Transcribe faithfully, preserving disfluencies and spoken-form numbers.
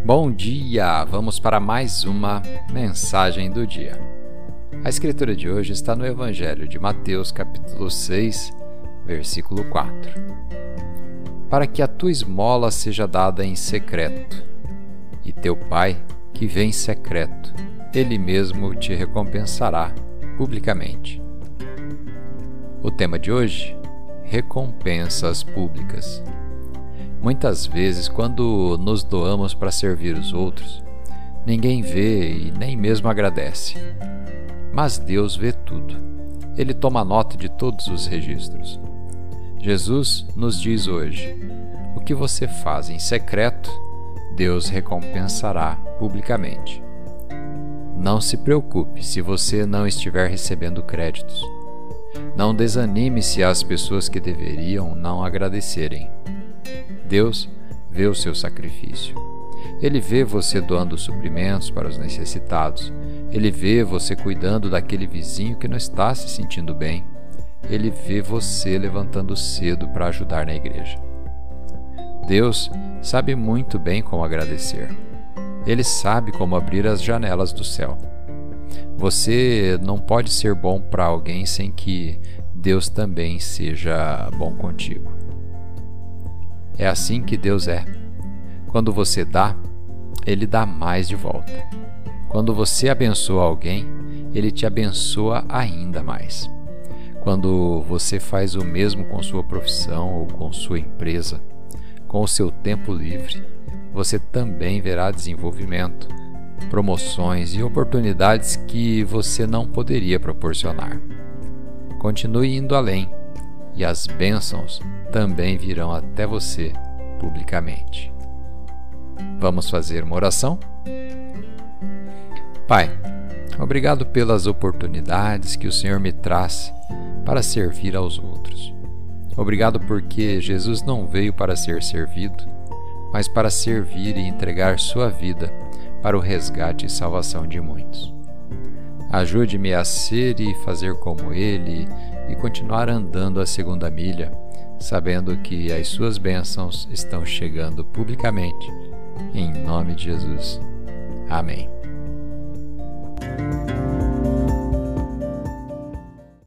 Bom dia! Vamos para mais uma mensagem do dia. A escritura de hoje está no Evangelho de Mateus, capítulo seis, versículo quatro. Para que a tua esmola seja dada em secreto, e teu Pai, que vê em secreto, Ele mesmo te recompensará publicamente. O tema de hoje: recompensas públicas. Muitas vezes, quando nos doamos para servir os outros, ninguém vê e nem mesmo agradece. Mas Deus vê tudo. Ele toma nota de todos os registros. Jesus nos diz hoje: o que você faz em secreto, Deus recompensará publicamente. Não se preocupe se você não estiver recebendo créditos. Não desanime se as pessoas que deveriam não agradecerem. Deus vê o seu sacrifício. Ele vê você doando suprimentos para os necessitados. Ele vê você cuidando daquele vizinho que não está se sentindo bem. Ele vê você levantando cedo para ajudar na igreja. Deus sabe muito bem como agradecer. Ele sabe como abrir as janelas do céu. Você não pode ser bom para alguém sem que Deus também seja bom contigo. É assim que Deus é. Quando você dá, Ele dá mais de volta. Quando você abençoa alguém, Ele te abençoa ainda mais. Quando você faz o mesmo com sua profissão ou com sua empresa, com o seu tempo livre, você também verá desenvolvimento, promoções e oportunidades que você não poderia proporcionar. Continue indo além, e as bênçãos também virão até você publicamente. Vamos fazer uma oração? Pai, obrigado pelas oportunidades que o Senhor me traz para servir aos outros. Obrigado porque Jesus não veio para ser servido, mas para servir e entregar sua vida para o resgate e salvação de muitos. Ajude-me a ser e fazer como Ele e continuar andando a segunda milha, sabendo que as suas bênçãos estão chegando publicamente. Em nome de Jesus. Amém.